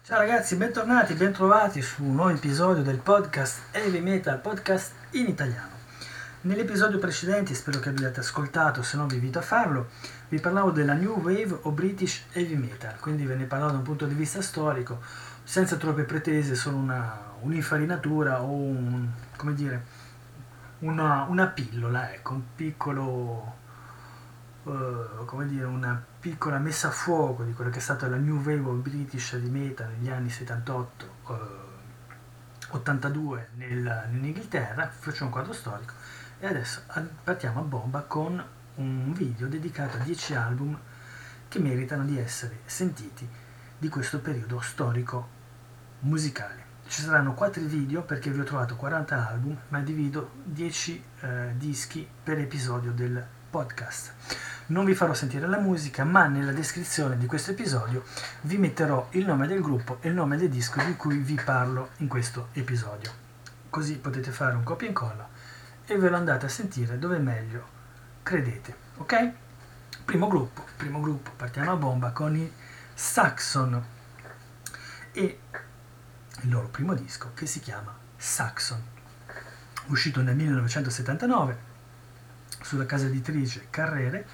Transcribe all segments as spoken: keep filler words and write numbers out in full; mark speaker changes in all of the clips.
Speaker 1: Ciao ragazzi, bentornati, bentrovati su un nuovo episodio del podcast Heavy Metal Podcast in italiano. Nell'episodio precedente, spero che abbiate ascoltato, se no vi invito a farlo, vi parlavo della New Wave o British Heavy Metal, quindi ve ne parlavo da un punto di vista storico, senza troppe pretese, solo una, un'infarinatura o un, come dire, una, una pillola, ecco, un piccolo... Uh, come dire, una piccola messa a fuoco di quello che è stata la New Wave of British Heavy Metal negli anni settantotto ottantadue nel, in Inghilterra. Faccio un quadro storico e adesso partiamo a bomba con un video dedicato a dieci album che meritano di essere sentiti di questo periodo storico musicale. Ci saranno quattro video perché vi ho trovato quaranta album, ma divido dieci eh, dischi per episodio del podcast. Non vi farò sentire la musica, ma nella descrizione di questo episodio vi metterò il nome del gruppo e il nome del disco di cui vi parlo in questo episodio. Così potete fare un copia e incolla e ve lo andate a sentire dove meglio credete, ok? Primo gruppo, primo gruppo, partiamo a bomba con i Saxon e il loro primo disco che si chiama Saxon, uscito nel millenovecentosettantanove sulla casa editrice Carrere.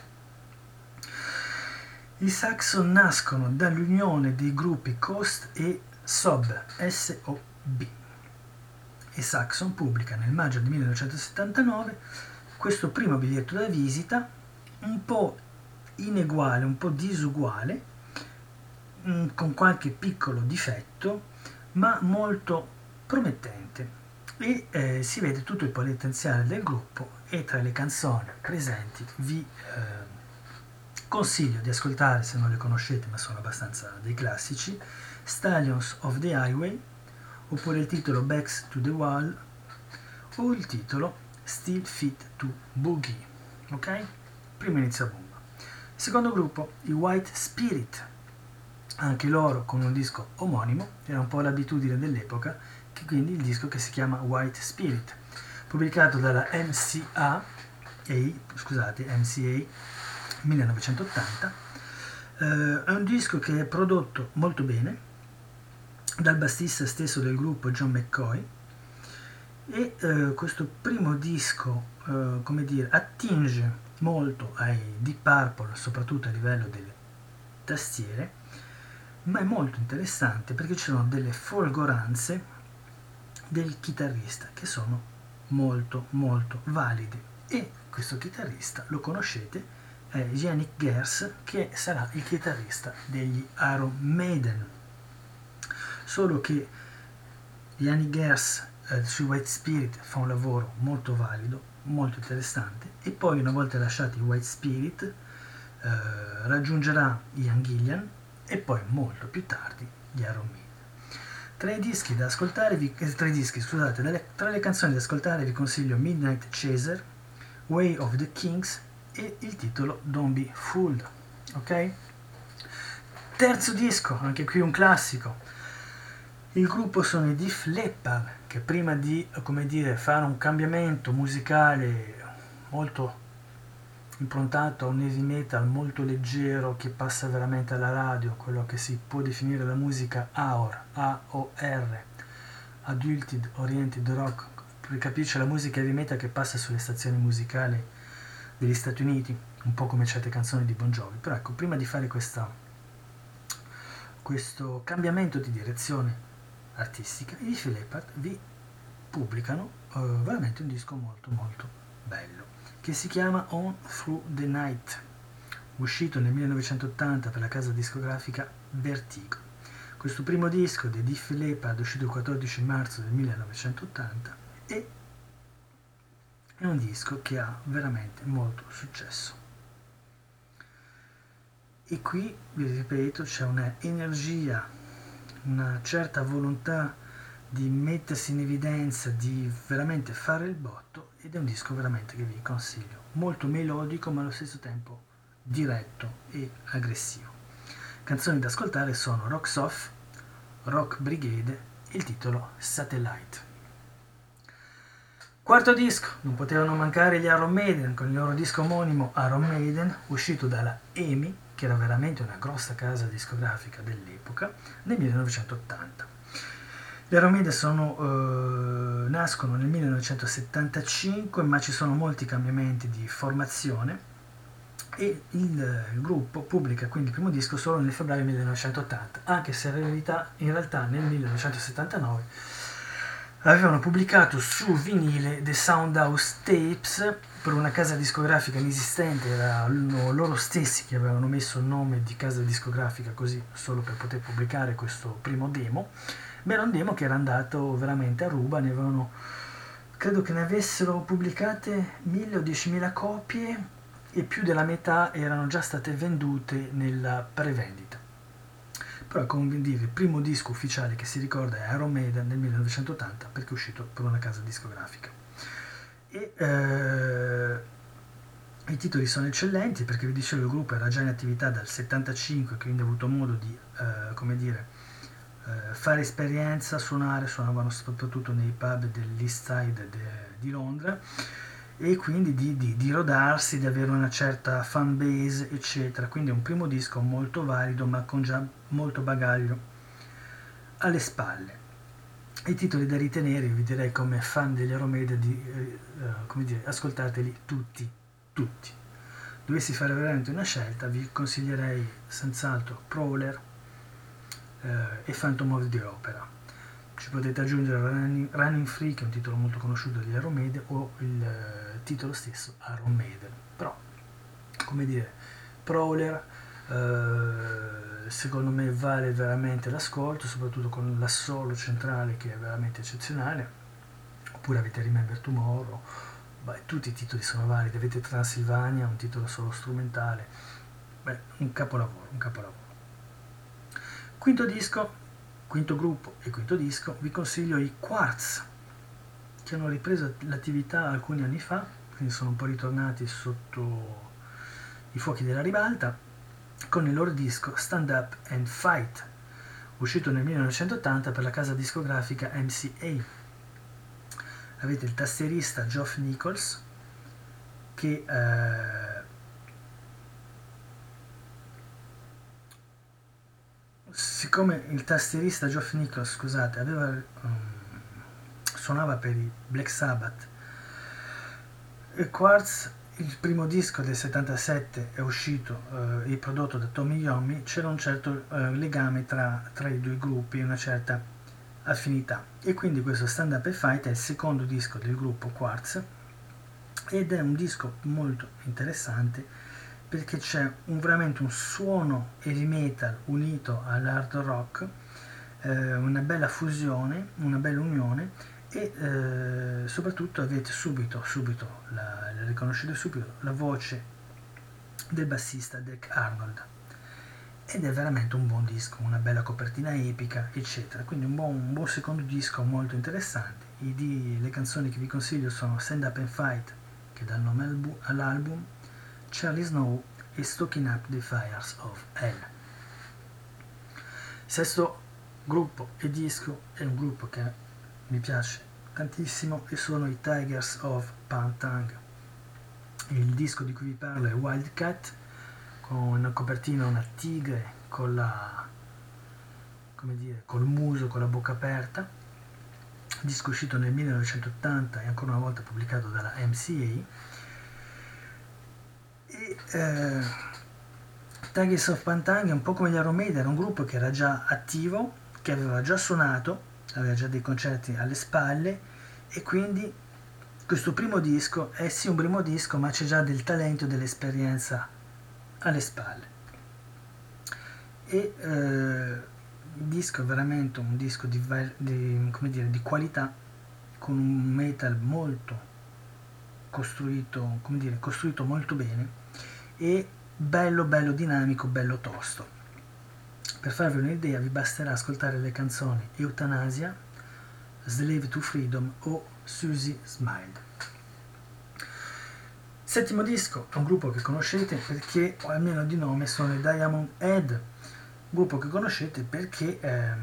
Speaker 1: I Saxon nascono dall'unione dei gruppi Coast e S O B, S O B. E Saxon pubblica nel maggio del millenovecentosettantanove questo primo biglietto da visita, un po' ineguale, un po' disuguale, con qualche piccolo difetto, ma molto promettente. E eh, si vede tutto il potenziale del gruppo e tra le canzoni presenti vi... Eh, consiglio di ascoltare, se non le conoscete ma sono abbastanza dei classici, Stallions of the Highway, oppure il titolo Backs to the Wall o il titolo Still Fit to Boogie. Ok? Primo inizio a bomba. Secondo gruppo, i White Spirit, anche loro con un disco omonimo, era un po' l'abitudine dell'epoca, che quindi il disco che si chiama White Spirit, pubblicato dalla M C A, e, scusate, M C A millenovecentottanta. Eh, è un disco che è prodotto molto bene dal bassista stesso del gruppo John McCoy e eh, questo primo disco eh, come dire attinge molto ai Deep Purple, soprattutto a livello delle tastiere, ma è molto interessante perché ci sono delle folgoranze del chitarrista che sono molto molto valide e questo chitarrista lo conoscete, è Yannick Gers, che sarà il chitarrista degli Iron Maiden. Solo che Yannick Gers eh, sui White Spirit fa un lavoro molto valido, molto interessante, e poi una volta lasciati i White Spirit eh, raggiungerà Ian Gillan e poi molto più tardi gli Iron Maiden. Tra i dischi da ascoltare, vi, eh, tra i dischi, scusate, dalle, tra le canzoni da ascoltare vi consiglio Midnight Chaser, Way of the Kings e il titolo Don't Be Fooled, ok? Terzo disco, anche qui un classico. Il gruppo sono i Def Leppard, che prima di, come dire, fare un cambiamento musicale molto improntato a un heavy metal molto leggero che passa veramente alla radio, quello che si può definire la musica A O R, A O R, Adulted Oriented Rock, per capirci la musica heavy metal che passa sulle stazioni musicali degli Stati Uniti, un po' come certe canzoni di Bon Jovi. Però ecco, prima di fare questa, questo cambiamento di direzione artistica, i Def Leppard vi pubblicano uh, veramente un disco molto molto bello che si chiama On Through the Night, uscito nel millenovecentottanta per la casa discografica Vertigo. Questo primo disco dei Def Leppard è uscito il quattordici marzo del millenovecentottanta e è un disco che ha veramente molto successo. E qui, vi ripeto, c'è un'energia, una certa volontà di mettersi in evidenza, di veramente fare il botto, ed è un disco veramente che vi consiglio. Molto melodico, ma allo stesso tempo diretto e aggressivo. Canzoni da ascoltare sono Rocks Off, Rock Brigade e il titolo Satellite. Quarto disco, non potevano mancare gli Iron Maiden con il loro disco omonimo Iron Maiden, uscito dalla E M I che era veramente una grossa casa discografica dell'epoca, nel millenovecentottanta. Gli Iron Maiden sono, eh, nascono nel millenovecentosettantacinque, ma ci sono molti cambiamenti di formazione e il, il gruppo pubblica quindi il primo disco solo nel febbraio millenovecentottanta, anche se in realtà, in realtà nel millenovecentosettantanove avevano pubblicato su vinile The Soundhouse Tapes per una casa discografica inesistente. Erano loro stessi che avevano messo il nome di casa discografica così, solo per poter pubblicare questo primo demo, ma era un demo che era andato veramente a ruba. Ne avevano, credo che ne avessero pubblicate mille o diecimila copie e più della metà erano già state vendute nella prevendita. Però, come dire, il primo disco ufficiale che si ricorda è Iron Maiden nel millenovecentottanta, perché è uscito per una casa discografica. E eh, i titoli sono eccellenti, perché vi dicevo il gruppo era già in attività dal settantacinque, quindi ha avuto modo di, eh, come dire, eh, fare esperienza, suonare, suonavano soprattutto nei pub dell'East Side de, di Londra, e quindi di, di, di rodarsi, di avere una certa fan base, eccetera. Quindi è un primo disco molto valido, ma con già molto bagaglio alle spalle. I titoli da ritenere, vi direi come fan degli Iron Maiden, di, eh, come dire, ascoltateli tutti, tutti. Dovessi fare veramente una scelta, vi consiglierei senz'altro Prowler eh, e Phantom of the Opera. Ci potete aggiungere Running, Running Free, che è un titolo molto conosciuto degli Iron Maiden, o il eh, titolo stesso Iron Maiden. Però, come dire, Prowler eh, secondo me vale veramente l'ascolto, soprattutto con l'assolo centrale che è veramente eccezionale. Oppure avete Remember Tomorrow. Beh, tutti i titoli sono validi. Avete Transilvania, un titolo solo strumentale. Beh, un capolavoro, un capolavoro. Quinto disco, quinto gruppo e quinto disco, vi consiglio i Quartz, che hanno ripreso l'attività alcuni anni fa, quindi sono un po' ritornati sotto i fuochi della ribalta, con il loro disco Stand Up and Fight, uscito nel millenovecentottanta per la casa discografica M C A. Avete il tastierista Geoff Nichols, che eh, siccome il tastierista Geoff Nichols, scusate, aveva, um, suonava per i Black Sabbath e Quartz, il primo disco del settantasette è uscito eh, e prodotto da Tommy Yomi, c'era un certo eh, legame tra, tra i due gruppi, una certa affinità, e quindi questo Stand Up and Fight è il secondo disco del gruppo Quartz ed è un disco molto interessante perché c'è un, veramente un suono heavy metal unito all'hard rock, eh, una bella fusione, una bella unione, e eh, soprattutto avete subito, subito la, la riconoscete subito, la voce del bassista Dick Arnold, ed è veramente un buon disco, una bella copertina epica, eccetera. Quindi un buon, un buon secondo disco molto interessante. I, di, le canzoni che vi consiglio sono Stand Up and Fight, che dà il nome all'album, Charlie Snow e Stoking Up the Fires of Hell. Sesto gruppo e disco è un gruppo che mi piace tantissimo e sono i Tigers of Pantang. Il disco di cui vi parlo è Wildcat, con una copertina, una tigre con la, come dire, col muso, con la bocca aperta. Disco uscito nel millenovecentottanta e ancora una volta pubblicato dalla M C A. E eh, Tigers of Pantang è un po' come gli Iron Maiden, era un gruppo che era già attivo, che aveva già suonato, aveva già dei concerti alle spalle, e quindi questo primo disco è sì un primo disco, ma c'è già del talento e dell'esperienza alle spalle. E eh, il disco è veramente un disco di, di, come dire, di qualità, con un metal molto costruito, come dire, costruito molto bene, e bello bello dinamico, bello tosto. Per farvi un'idea vi basterà ascoltare le canzoni Euthanasia, Slave to Freedom o Susie Smiled. Settimo disco è un gruppo che conoscete perché, o almeno di nome, sono i Diamond Head, un gruppo che conoscete perché ehm,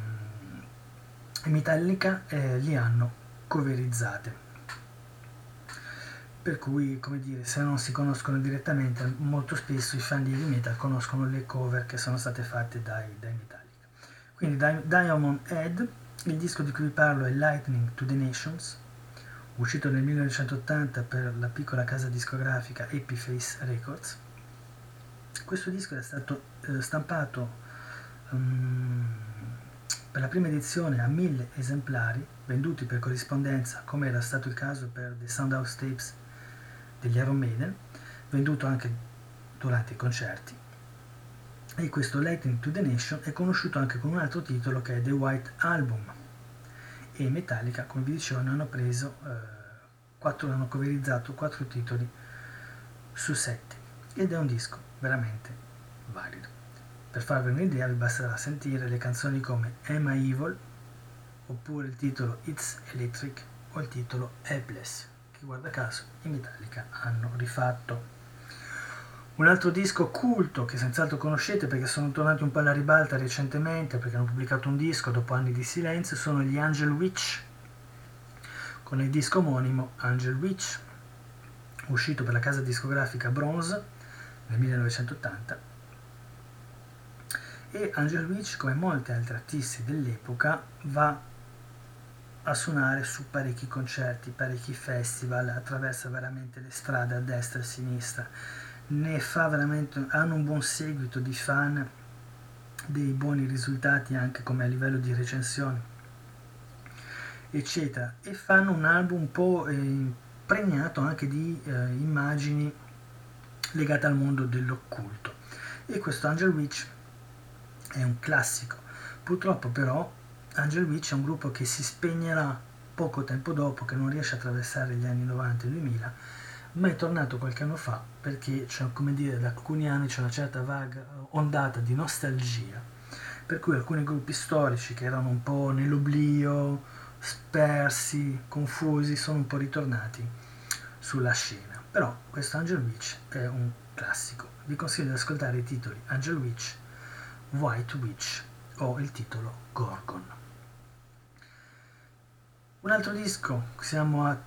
Speaker 1: i Metallica eh, li hanno coverizzate. per cui, come dire, se non si conoscono direttamente, molto spesso i fan di heavy metal conoscono le cover che sono state fatte dai, dai Metallica. Quindi Di- Diamond Head, il disco di cui vi parlo è Lightning to the Nations, uscito nel millenovecentottanta per la piccola casa discografica Epiface Records. Questo disco è stato eh, stampato um, per la prima edizione a mille esemplari, venduti per corrispondenza, come era stato il caso per The Soundhouse Tapes degli Iron Maiden, venduto anche durante i concerti. E questo Lightning to the Nation è conosciuto anche con un altro titolo che è The White Album, e Metallica, come vi dicevo, ne hanno preso eh, quattro, hanno coverizzato quattro titoli su sette, ed è un disco veramente valido. Per farvi un'idea vi basterà sentire le canzoni come Am I Evil, oppure il titolo It's Electric o il titolo Helpless, che guarda caso i Metallica hanno rifatto. Un altro disco culto che senz'altro conoscete perché sono tornati un po' alla ribalta recentemente, perché hanno pubblicato un disco dopo anni di silenzio, sono gli Angel Witch, con il disco omonimo Angel Witch, uscito per la casa discografica Bronze nel millenovecentottanta. E Angel Witch, come molti altri artisti dell'epoca, va a suonare su parecchi concerti, parecchi festival, attraversa veramente le strade a destra e a sinistra, ne fa veramente, hanno un buon seguito di fan, dei buoni risultati anche come a livello di recensioni, eccetera, e fanno un album un po' impregnato anche di eh, immagini legate al mondo dell'occulto, e questo Angel Witch è un classico. Purtroppo però Angel Witch è un gruppo che si spegnerà poco tempo dopo, che non riesce a attraversare gli anni novanta e duemila, ma è tornato qualche anno fa perché c'è, come dire, da alcuni anni c'è una certa vaga ondata di nostalgia, per cui alcuni gruppi storici che erano un po' nell'oblio, spersi, confusi, sono un po' ritornati sulla scena. Però questo Angel Witch è un classico. Vi consiglio di ascoltare i titoli Angel Witch, White Witch o il titolo Gorgon. Un altro disco, siamo a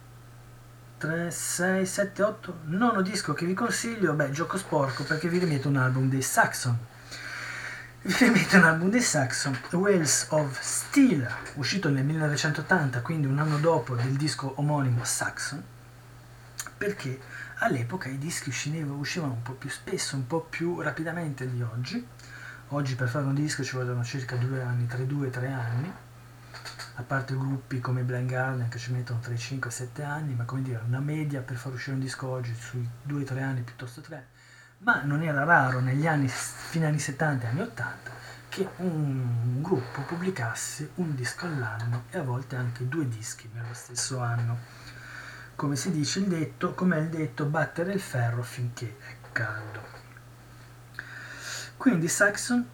Speaker 1: tre, sei, sette, otto, nono disco che vi consiglio, beh, gioco sporco perché vi rimetto un album dei Saxon. Vi rimetto un album dei Saxon, Wheels of Steel, uscito nel millenovecentottanta, quindi un anno dopo del disco omonimo Saxon, perché all'epoca i dischi uscivano, uscivano un po' più spesso, un po' più rapidamente di oggi. Oggi per fare un disco ci vogliono circa due anni, tra i due e tre anni, a parte gruppi come Blind Guardian che ci mettono tra i cinque e i sette anni, ma come dire, una media per far uscire un disco oggi sui due tre anni piuttosto tre. Ma non era raro negli anni, fine anni settanta e anni ottanta, che un gruppo pubblicasse un disco all'anno e a volte anche due dischi nello stesso anno. Come si dice il detto, come è il detto, battere il ferro finché è caldo. Quindi Saxon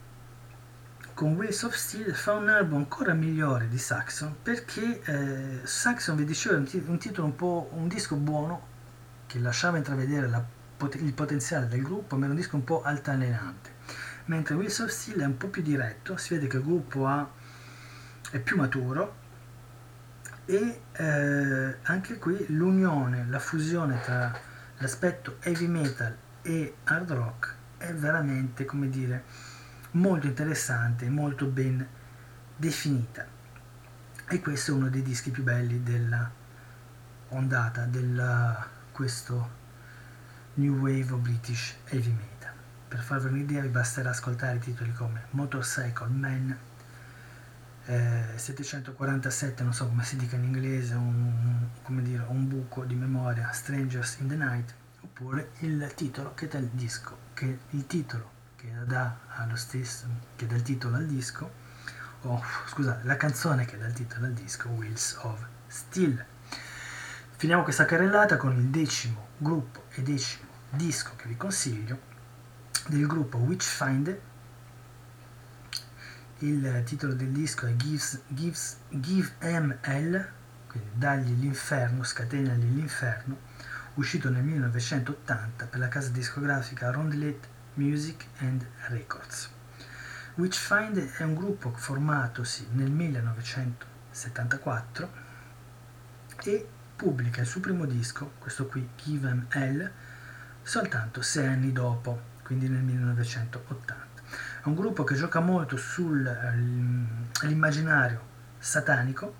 Speaker 1: con Wheels of Steel fa un album ancora migliore di Saxon, perché eh, Saxon, vi dicevo, è un, t- un titolo un po', un disco buono che lasciava intravedere la, pot- il potenziale del gruppo, ma era un disco un po' altalenante, mentre Wheels of Steel è un po' più diretto, si vede che il gruppo ha, è più maturo, e eh, anche qui l'unione, la fusione tra l'aspetto heavy metal e hard rock è veramente, come dire, molto interessante, molto ben definita, e questo è uno dei dischi più belli della ondata di questo New Wave of British Heavy Metal. Per farvi un'idea vi basterà ascoltare titoli come Motorcycle Man, eh, settecentoquarantasette, non so come si dica in inglese, un, come dire, un buco di memoria, Strangers in the Night, oppure il titolo che dà il disco, che il titolo che dà allo stesso, che dà il titolo al disco, o scusate, la canzone che dà il titolo al disco, Wheels of Steel. Finiamo questa carrellata con il decimo gruppo e decimo disco che vi consiglio, del gruppo Witchfinder. Il titolo del disco è Gives, Gives, Give Em Hell, quindi dagli l'inferno, scatenagli l'inferno, uscito nel millenovecentottanta per la casa discografica Rondelet Music and Records. Witchfinder è un gruppo formatosi nel millenovecentosettantaquattro e pubblica il suo primo disco, questo qui, Give 'em Hell, soltanto sei anni dopo, quindi nel millenovecentottanta. È un gruppo che gioca molto sull'immaginario satanico,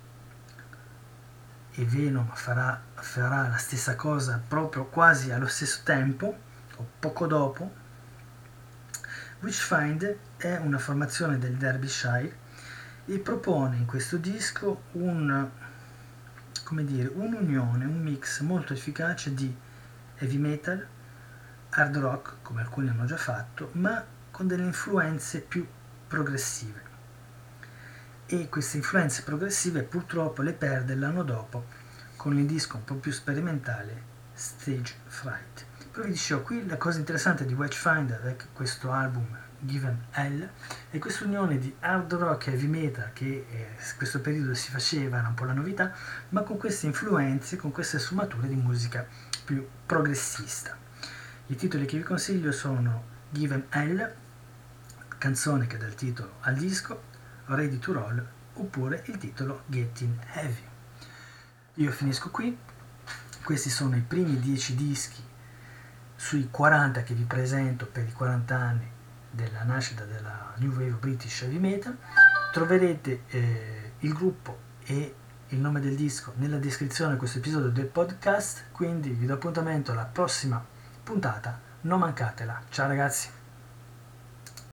Speaker 1: e Venom farà, farà la stessa cosa proprio quasi allo stesso tempo, o poco dopo. Witchfinder è una formazione del Derbyshire e propone in questo disco un, come dire, un'unione, un mix molto efficace di heavy metal, hard rock, come alcuni hanno già fatto, ma con delle influenze più progressive. E queste influenze progressive purtroppo le perde l'anno dopo con il disco un po' più sperimentale Stage Fright. Poi vi dicevo, qui la cosa interessante di Witchfinder è che questo album Give 'em Hell è questa unione di hard rock e heavy metal che eh, in questo periodo si faceva, era un po' la novità, ma con queste influenze, con queste sfumature di musica più progressista. I titoli che vi consiglio sono Give 'em Hell, canzone che dà il titolo al disco, Ready to Roll, oppure il titolo Getting Heavy. Io finisco qui. Questi sono i primi dieci dischi sui quaranta che vi presento per i quaranta anni della nascita della New Wave British Heavy Metal. Troverete eh, il gruppo e il nome del disco nella descrizione di questo episodio del podcast, quindi vi do appuntamento alla prossima puntata, non mancatela. Ciao ragazzi!